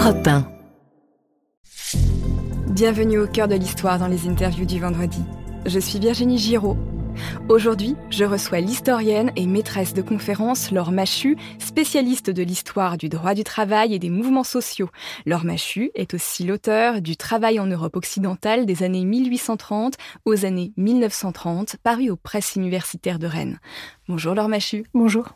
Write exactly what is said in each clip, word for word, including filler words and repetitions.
Europe un. Bienvenue au cœur de l'histoire dans les interviews du vendredi. Je suis Virginie Giraud. Aujourd'hui, je reçois l'historienne et maîtresse de conférences Laure Machut, spécialiste de l'histoire du droit du travail et des mouvements sociaux. Laure Machut est aussi l'auteure du Travail en Europe occidentale des années mille huit cent trente aux années mille neuf cent trente, paru aux presses universitaires de Rennes. Bonjour Laure Machut. Bonjour.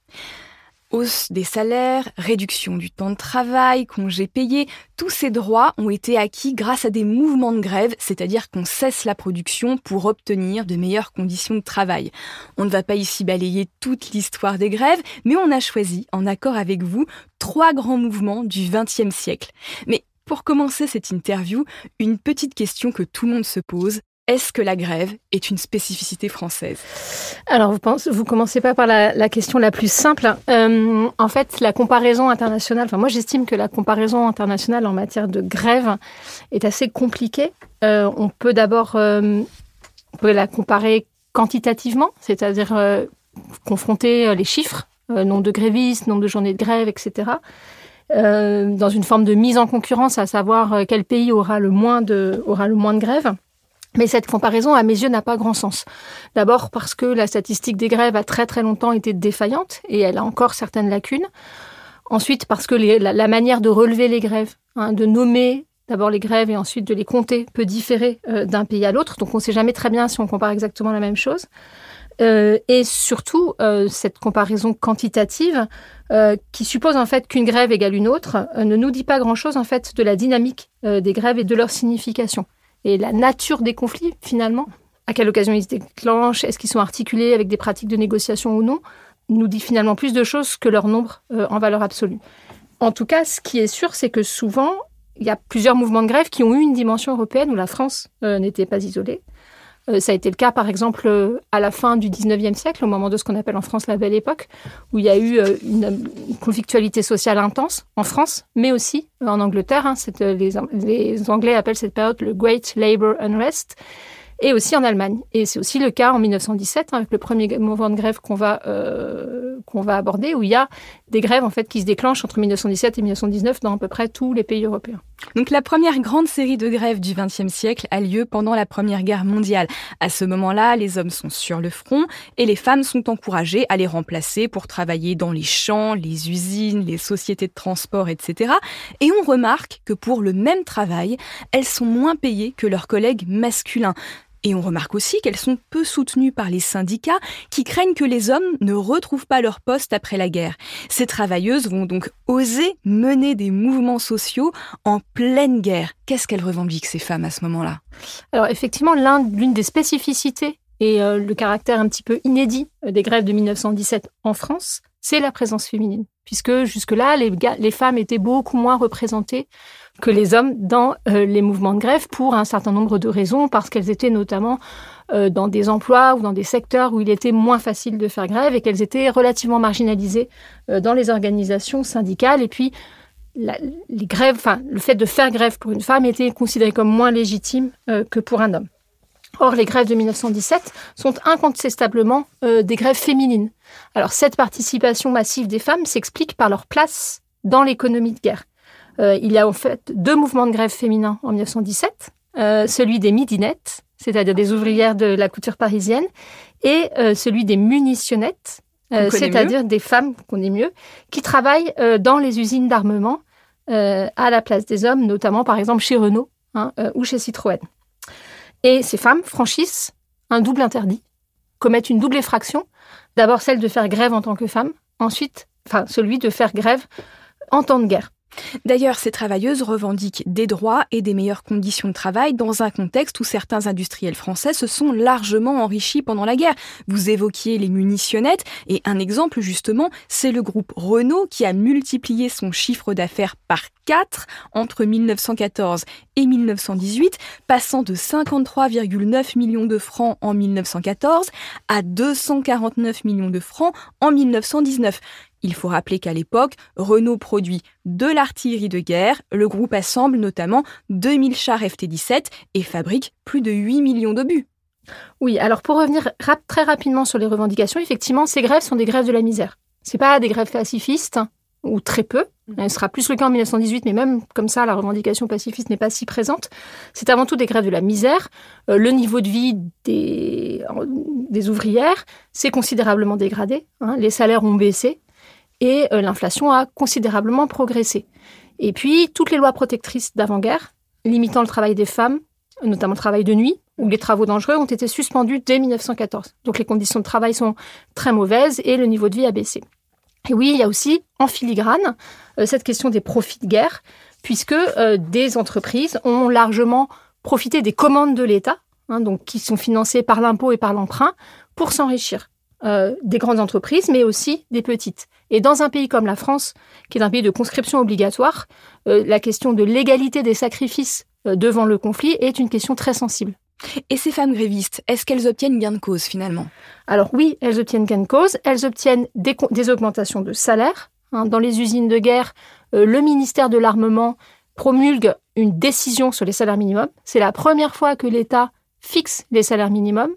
Hausse des salaires, réduction du temps de travail, congés payés, tous ces droits ont été acquis grâce à des mouvements de grève, c'est-à-dire qu'on cesse la production pour obtenir de meilleures conditions de travail. On ne va pas ici balayer toute l'histoire des grèves, mais on a choisi, en accord avec vous, trois grands mouvements du vingtième siècle. Mais pour commencer cette interview, une petite question que tout le monde se pose. Est-ce que la grève est une spécificité française ? Alors, vous, pensez, vous commencez pas par la, la question la plus simple. Euh, en fait, la comparaison internationale, enfin moi j'estime que la comparaison internationale en matière de grève est assez compliquée. Euh, on peut d'abord euh, on peut la comparer quantitativement, c'est-à-dire euh, confronter les chiffres, euh, nombre de grévistes, nombre de journées de grève, et cetera. Euh, dans une forme de mise en concurrence, à savoir quel pays aura le moins de, aura le moins de grèves. Mais cette comparaison, à mes yeux, n'a pas grand sens. D'abord parce que la statistique des grèves a très très longtemps été défaillante et elle a encore certaines lacunes. Ensuite, parce que les, la, la manière de relever les grèves, hein, de nommer d'abord les grèves et ensuite de les compter, peut différer euh, d'un pays à l'autre. Donc on ne sait jamais très bien si on compare exactement la même chose. Euh, et surtout, euh, cette comparaison quantitative euh, qui suppose en fait qu'une grève égale une autre euh, ne nous dit pas grand-chose en fait de la dynamique euh, des grèves et de leur signification. Et la nature des conflits, finalement, à quelle occasion ils se déclenchent, est-ce qu'ils sont articulés avec des pratiques de négociation ou non, nous dit finalement plus de choses que leur nombre euh, en valeur absolue. En tout cas, ce qui est sûr, c'est que souvent, il y a plusieurs mouvements de grève qui ont eu une dimension européenne où la France euh, n'était pas isolée. Euh, ça a été le cas, par exemple, euh, à la fin du dix-neuvième siècle, au moment de ce qu'on appelle en France la Belle Époque, où il y a eu euh, une, une conflictualité sociale intense en France, mais aussi euh, en Angleterre. Hein, c'est, euh, les, les Anglais appellent cette période le Great Labour Unrest, et aussi en Allemagne. Et c'est aussi le cas en mille neuf cent dix-sept, hein, avec le premier mouvement de grève qu'on va, euh, qu'on va aborder, où il y a des grèves en fait, qui se déclenchent entre mille neuf cent dix-sept et mille neuf cent dix-neuf dans à peu près tous les pays européens. Donc la première grande série de grèves du vingtième siècle a lieu pendant la Première Guerre mondiale. À ce moment-là, les hommes sont sur le front et les femmes sont encouragées à les remplacer pour travailler dans les champs, les usines, les sociétés de transport, et cetera. Et on remarque que pour le même travail, elles sont moins payées que leurs collègues masculins. Et on remarque aussi qu'elles sont peu soutenues par les syndicats qui craignent que les hommes ne retrouvent pas leur poste après la guerre. Ces travailleuses vont donc oser mener des mouvements sociaux en pleine guerre. Qu'est-ce qu'elles revendiquent, ces femmes, à ce moment-là ? Alors effectivement, l'un, l'une des spécificités et euh, le caractère un petit peu inédit des grèves de mille neuf cent dix-sept en France, c'est la présence féminine. Puisque jusque-là, les, les femmes étaient beaucoup moins représentées que les hommes dans euh, les mouvements de grève pour un certain nombre de raisons, parce qu'elles étaient notamment euh, dans des emplois ou dans des secteurs où il était moins facile de faire grève et qu'elles étaient relativement marginalisées euh, dans les organisations syndicales. Et puis, la, les grèves, enfin, le fait de faire grève pour une femme était considéré comme moins légitime euh, que pour un homme. Or, les grèves de mille neuf cent dix-sept sont incontestablement euh, des grèves féminines. Alors, cette participation massive des femmes s'explique par leur place dans l'économie de guerre. Euh, il y a en fait deux mouvements de grève féminins en mille neuf cent dix-sept, euh, celui des midinettes, c'est-à-dire des ouvrières de la couture parisienne, et euh, celui des munitionnettes, euh, c'est-à-dire mieux. Des femmes, qu'on connaît mieux, qui travaillent euh, dans les usines d'armement euh, à la place des hommes, notamment par exemple chez Renault hein, euh, ou chez Citroën. Et ces femmes franchissent un double interdit, commettent une double effraction, d'abord celle de faire grève en tant que femme, ensuite enfin, celui de faire grève en temps de guerre. D'ailleurs, ces travailleuses revendiquent des droits et des meilleures conditions de travail dans un contexte où certains industriels français se sont largement enrichis pendant la guerre. Vous évoquiez les munitionnettes et un exemple justement, c'est le groupe Renault qui a multiplié son chiffre d'affaires par quatre entre mille neuf cent quatorze et mille neuf cent dix-huit, passant de cinquante-trois virgule neuf millions de francs en mille neuf cent quatorze à deux cent quarante-neuf millions de francs en mille neuf cent dix-neuf. Il faut rappeler qu'à l'époque, Renault produit de l'artillerie de guerre, le groupe assemble notamment deux mille chars F T dix-sept et fabrique plus de huit millions d'obus. Oui, alors pour revenir rap- très rapidement sur les revendications, effectivement, ces grèves sont des grèves de la misère. C'est pas des grèves pacifistes, ou très peu. Elle sera plus le cas en dix-neuf cent dix-huit, mais même comme ça, la revendication pacifiste n'est pas si présente. C'est avant tout des grèves de la misère. Euh, le niveau de vie des, des ouvrières s'est considérablement dégradé. Hein. Les salaires ont baissé et euh, l'inflation a considérablement progressé. Et puis, toutes les lois protectrices d'avant-guerre, limitant le travail des femmes, notamment le travail de nuit, ou les travaux dangereux, ont été suspendues dès dix-neuf cent quatorze. Donc, les conditions de travail sont très mauvaises et le niveau de vie a baissé. Et oui, il y a aussi, en filigrane, euh, cette question des profits de guerre, puisque euh, des entreprises ont largement profité des commandes de l'État, hein, donc qui sont financées par l'impôt et par l'emprunt, pour s'enrichir. Euh, des grandes entreprises, mais aussi des petites. Et dans un pays comme la France, qui est un pays de conscription obligatoire, euh, la question de l'égalité des sacrifices euh, devant le conflit est une question très sensible. Et ces femmes grévistes, est-ce qu'elles obtiennent gain de cause finalement ? Alors oui, elles obtiennent gain de cause, elles obtiennent des, des augmentations de salaire. Hein, dans les usines de guerre, euh, le ministère de l'Armement promulgue une décision sur les salaires minimums. C'est la première fois que l'État fixe les salaires minimums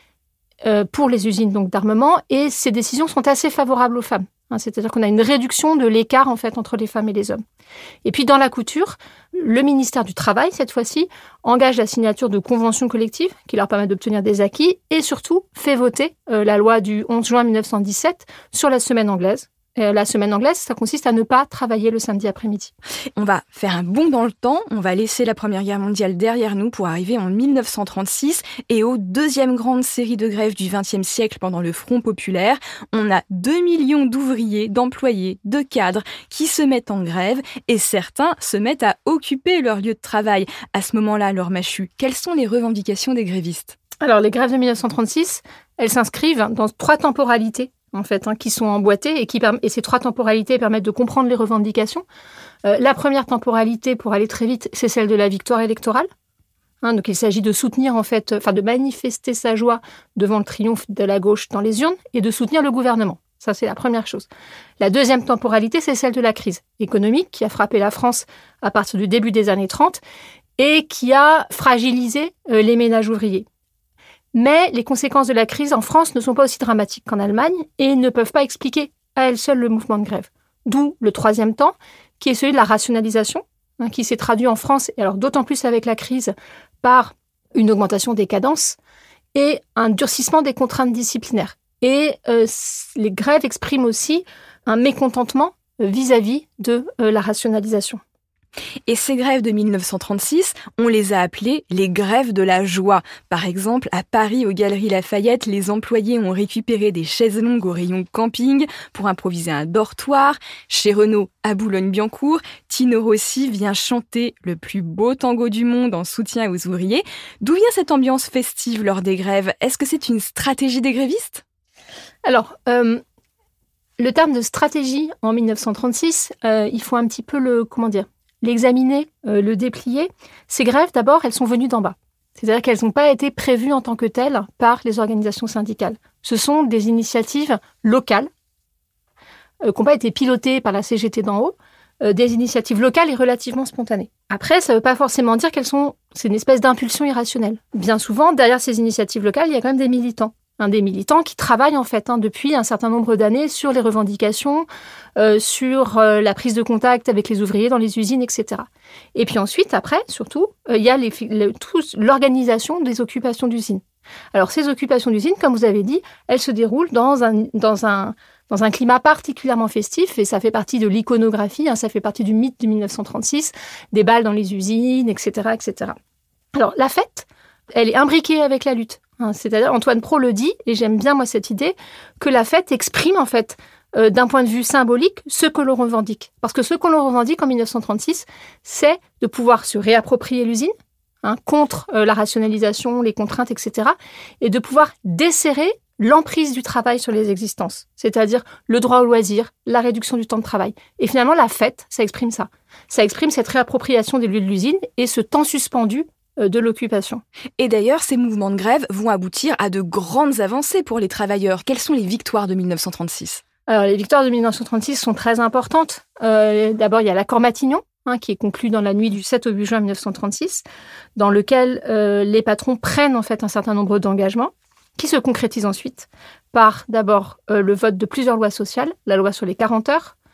euh, pour les usines donc, d'armement, et ces décisions sont assez favorables aux femmes. Hein, c'est-à-dire qu'on a une réduction de l'écart en fait entre les femmes et les hommes. Et puis dans la couture, le ministère du Travail, cette fois-ci, engage la signature de conventions collectives qui leur permettent d'obtenir des acquis et surtout fait voter euh, la loi du onze juin dix-neuf cent dix-sept sur la semaine anglaise. Et la semaine anglaise, ça consiste à ne pas travailler le samedi après-midi. On va faire un bond dans le temps, on va laisser la Première Guerre mondiale derrière nous pour arriver en dix-neuf cent trente-six et aux deuxième grande série de grèves du vingtième siècle pendant le Front populaire. On a deux millions d'ouvriers, d'employés, de cadres qui se mettent en grève et certains se mettent à occuper leur lieu de travail. À ce moment-là, leur machu, quelles sont les revendications des grévistes ? Alors, les grèves de dix-neuf cent trente-six, elles s'inscrivent dans trois temporalités. En fait, hein, qui sont emboîtées et, qui, et ces trois temporalités permettent de comprendre les revendications. Euh, la première temporalité, pour aller très vite, c'est celle de la victoire électorale. Hein, donc, il s'agit de soutenir, en fait, enfin, de manifester sa joie devant le triomphe de la gauche dans les urnes et de soutenir le gouvernement. Ça, c'est la première chose. La deuxième temporalité, c'est celle de la crise économique qui a frappé la France à partir du début des années trente et qui a fragilisé euh, les ménages ouvriers. Mais les conséquences de la crise en France ne sont pas aussi dramatiques qu'en Allemagne et ne peuvent pas expliquer à elles seules le mouvement de grève. D'où le troisième temps, qui est celui de la rationalisation, hein, qui s'est traduit en France, et alors d'autant plus avec la crise, par une augmentation des cadences et un durcissement des contraintes disciplinaires. Et euh, les grèves expriment aussi un mécontentement vis-à-vis de euh, la rationalisation. Et ces grèves de dix-neuf cent trente-six, on les a appelées les grèves de la joie. Par exemple, à Paris, aux Galeries Lafayette, les employés ont récupéré des chaises longues au rayon camping pour improviser un dortoir. Chez Renault, à Boulogne-Billancourt, Tino Rossi vient chanter le plus beau tango du monde en soutien aux ouvriers. D'où vient cette ambiance festive lors des grèves ? Est-ce que c'est une stratégie des grévistes ? Alors, euh, le terme de stratégie en dix-neuf cent trente-six, euh, il faut un petit peu le, comment dire, l'examiner, euh, le déplier. Ces grèves, d'abord, elles sont venues d'en bas. C'est-à-dire qu'elles n'ont pas été prévues en tant que telles par les organisations syndicales. Ce sont des initiatives locales euh, qui n'ont pas été pilotées par la C G T d'en haut, euh, des initiatives locales et relativement spontanées. Après, ça ne veut pas forcément dire qu'elles sont... C'est une espèce d'impulsion irrationnelle. Bien souvent, derrière ces initiatives locales, il y a quand même des militants. Un des militants qui travaillent en fait hein, depuis un certain nombre d'années sur les revendications, euh, sur euh, la prise de contact avec les ouvriers dans les usines, et cetera. Et puis ensuite, après, surtout, euh, il y a les, le, tout, l'organisation des occupations d'usines. Alors ces occupations d'usines, comme vous avez dit, elles se déroulent dans un, dans un, dans un climat particulièrement festif et ça fait partie de l'iconographie, hein, ça fait partie du mythe de dix-neuf cent trente-six, des balles dans les usines, et cetera, et cetera. Alors la fête, elle est imbriquée avec la lutte. C'est-à-dire, Antoine Pro le dit, et j'aime bien moi cette idée, que la fête exprime en fait, euh, d'un point de vue symbolique, ce que l'on revendique. Parce que ce que l'on revendique en dix-neuf cent trente-six, c'est de pouvoir se réapproprier l'usine, hein, contre euh, la rationalisation, les contraintes, et cetera, et de pouvoir desserrer l'emprise du travail sur les existences, c'est-à-dire le droit au loisir, la réduction du temps de travail. Et finalement, la fête, ça exprime ça. Ça exprime cette réappropriation des lieux de l'usine et ce temps suspendu de l'occupation. Et d'ailleurs, ces mouvements de grève vont aboutir à de grandes avancées pour les travailleurs. Quelles sont les victoires de dix-neuf cent trente-six ? Alors, les victoires de dix-neuf cent trente-six sont très importantes. Euh, d'abord, il y a l'accord Matignon, hein, qui est conclu dans la nuit du sept au huit juin dix-neuf cent trente-six, dans lequel euh, les patrons prennent en fait un certain nombre d'engagements, qui se concrétisent ensuite par d'abord euh, le vote de plusieurs lois sociales, la loi sur les quarante heures,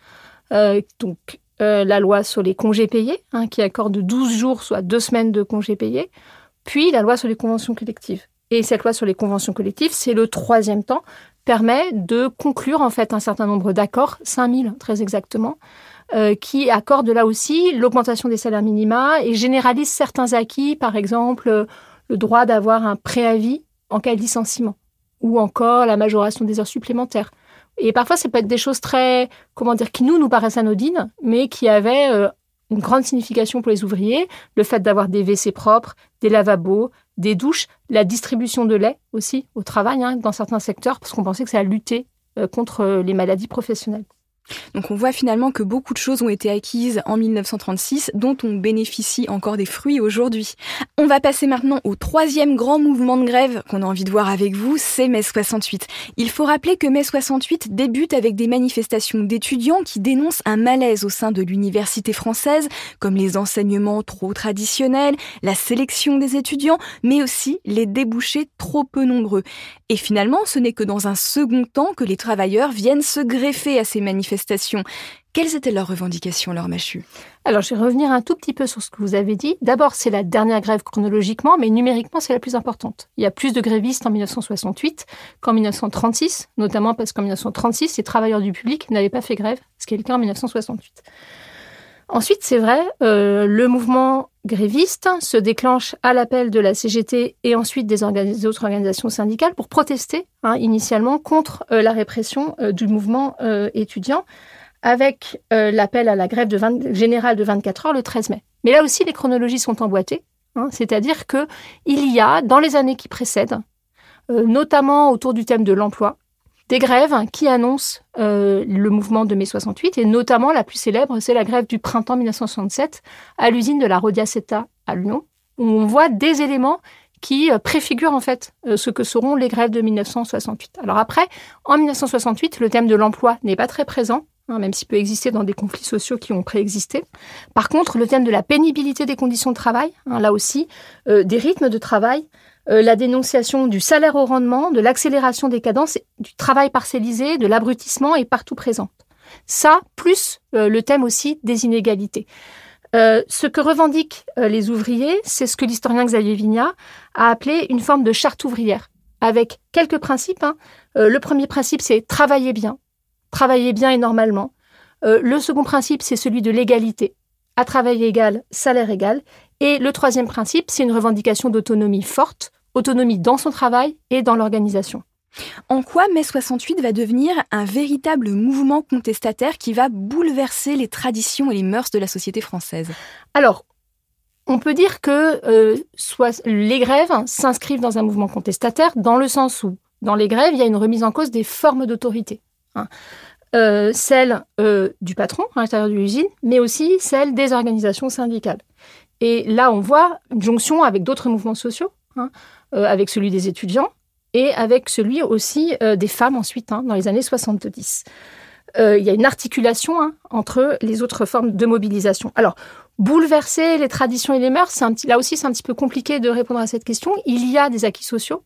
Euh, donc, euh, la loi sur les congés payés, hein, qui accorde douze jours, soit deux semaines de congés payés, puis la loi sur les conventions collectives. Et cette loi sur les conventions collectives, c'est le troisième temps, permet de conclure en fait un certain nombre d'accords, cinq mille très exactement, euh, qui accordent là aussi l'augmentation des salaires minima et généralisent certains acquis, par exemple euh, le droit d'avoir un préavis en cas de licenciement, ou encore la majoration des heures supplémentaires. Et parfois, ça peut être des choses très, comment dire, qui nous, nous paraissent anodines, mais qui avaient euh, une grande signification pour les ouvriers. Le fait d'avoir des W C propres, des lavabos, des douches, la distribution de lait aussi au travail, hein, dans certains secteurs, parce qu'on pensait que ça allait lutter euh, contre euh, les maladies professionnelles. Donc on voit finalement que beaucoup de choses ont été acquises en mille neuf cent trente-six, dont on bénéficie encore des fruits aujourd'hui. On va passer maintenant au troisième grand mouvement de grève qu'on a envie de voir avec vous, c'est mai soixante-huit. Il faut rappeler que mai soixante-huit débute avec des manifestations d'étudiants qui dénoncent un malaise au sein de l'université française, comme les enseignements trop traditionnels, la sélection des étudiants, mais aussi les débouchés trop peu nombreux. Et finalement, ce n'est que dans un second temps que les travailleurs viennent se greffer à ces manifestations. Quelles étaient leurs revendications, Laure Machut ? Alors, je vais revenir un tout petit peu sur ce que vous avez dit. D'abord, c'est la dernière grève chronologiquement, mais numériquement, c'est la plus importante. Il y a plus de grévistes en mille neuf cent soixante-huit qu'en mille neuf cent trente-six, notamment parce qu'en mille neuf cent trente-six, les travailleurs du public n'avaient pas fait grève, ce qui est le cas en mille neuf cent soixante-huit. Ensuite, c'est vrai, euh, le mouvement gréviste se déclenche à l'appel de la C G T et ensuite des, organi- des autres organisations syndicales pour protester hein, initialement contre euh, la répression euh, du mouvement euh, étudiant avec euh, l'appel à la grève de vingt, générale de vingt-quatre heures le treize mai. Mais là aussi, les chronologies sont emboîtées, hein, c'est-à-dire qu'il y a, dans les années qui précèdent, euh, notamment autour du thème de l'emploi, des grèves qui annoncent euh, le mouvement de mai soixante-huit, et notamment la plus célèbre, c'est la grève du printemps mille neuf cent soixante-sept à l'usine de la Rhodia Seta à Lyon, où on voit des éléments qui euh, préfigurent en fait euh, ce que seront les grèves de mille neuf cent soixante-huit. Alors après, en mille neuf cent soixante-huit, le thème de l'emploi n'est pas très présent, hein, même s'il peut exister dans des conflits sociaux qui ont préexisté. Par contre, le thème de la pénibilité des conditions de travail, hein, là aussi, euh, des rythmes de travail, Euh, la dénonciation du salaire au rendement, de l'accélération des cadences, du travail parcellisé, de l'abrutissement est partout présente. Ça, plus euh, le thème aussi des inégalités. Euh, ce que revendiquent euh, les ouvriers, c'est ce que l'historien Xavier Vignat a appelé une forme de charte ouvrière, avec quelques principes. Hein. Euh, le premier principe, c'est travailler bien, travailler bien et normalement. Euh, le second principe, c'est celui de l'égalité. À travail égal, salaire égal. Et le troisième principe, c'est une revendication d'autonomie forte, autonomie dans son travail et dans l'organisation. En quoi mai soixante-huit va devenir un véritable mouvement contestataire qui va bouleverser les traditions et les mœurs de la société française ? Alors, on peut dire que euh, soit les grèves s'inscrivent dans un mouvement contestataire dans le sens où, dans les grèves, il y a une remise en cause des formes d'autorité. Hein. Euh, celle euh, du patron à l'intérieur de l'usine, mais aussi celle des organisations syndicales. Et là, on voit une jonction avec d'autres mouvements sociaux, hein, euh, avec celui des étudiants et avec celui aussi euh, des femmes ensuite, hein, dans les années soixante-dix. Euh, il y a une articulation hein, entre les autres formes de mobilisation. Alors, bouleverser les traditions et les mœurs, c'est un petit, là aussi, c'est un petit peu compliqué de répondre à cette question. Il y a des acquis sociaux,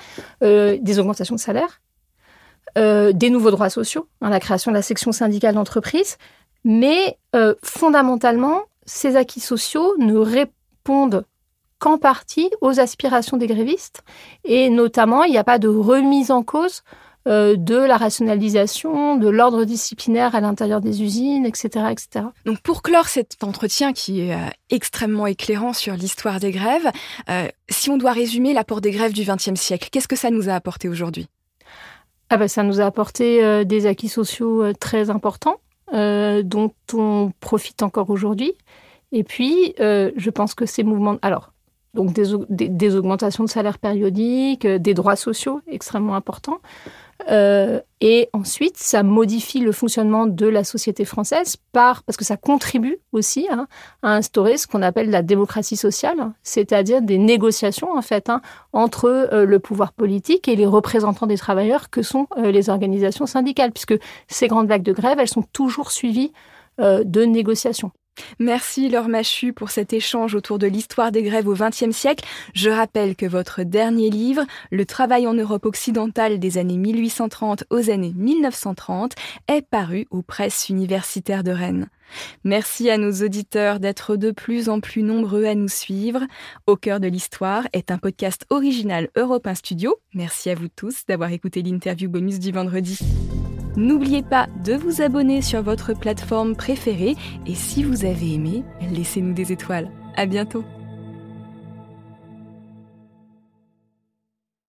euh, des augmentations de salaire, euh, des nouveaux droits sociaux, hein, la création de la section syndicale d'entreprise, mais euh, fondamentalement, ces acquis sociaux ne répondent qu'en partie aux aspirations des grévistes. Et notamment, il n'y a pas de remise en cause euh, de la rationalisation, de l'ordre disciplinaire à l'intérieur des usines, et cetera, et cetera. Donc pour clore cet entretien qui est euh, extrêmement éclairant sur l'histoire des grèves, euh, si on doit résumer l'apport des grèves du vingtième siècle, qu'est-ce que ça nous a apporté aujourd'hui ? Ah ben, ça nous a apporté euh, des acquis sociaux euh, très importants, euh, dont on profite encore aujourd'hui. Et puis, euh, je pense que ces mouvements... Alors, donc des, des, des augmentations de salaire périodiques, euh, des droits sociaux extrêmement importants. Euh, et ensuite, ça modifie le fonctionnement de la société française par, parce que ça contribue aussi hein, à instaurer ce qu'on appelle la démocratie sociale, c'est-à-dire des négociations en fait hein, entre euh, le pouvoir politique et les représentants des travailleurs que sont euh, les organisations syndicales, puisque ces grandes vagues de grève, elles sont toujours suivies euh, de négociations. Merci Laure Machu pour cet échange autour de l'histoire des grèves au vingtième siècle. Je rappelle que votre dernier livre, Le travail en Europe occidentale des années mille huit cent trente aux années mille neuf cent trente, est paru aux presses universitaires de Rennes. Merci à nos auditeurs d'être de plus en plus nombreux à nous suivre. Au cœur de l'histoire est un podcast original Europe un Studio. Merci à vous tous d'avoir écouté l'interview bonus du vendredi. N'oubliez pas de vous abonner sur votre plateforme préférée et si vous avez aimé, laissez-nous des étoiles. À bientôt.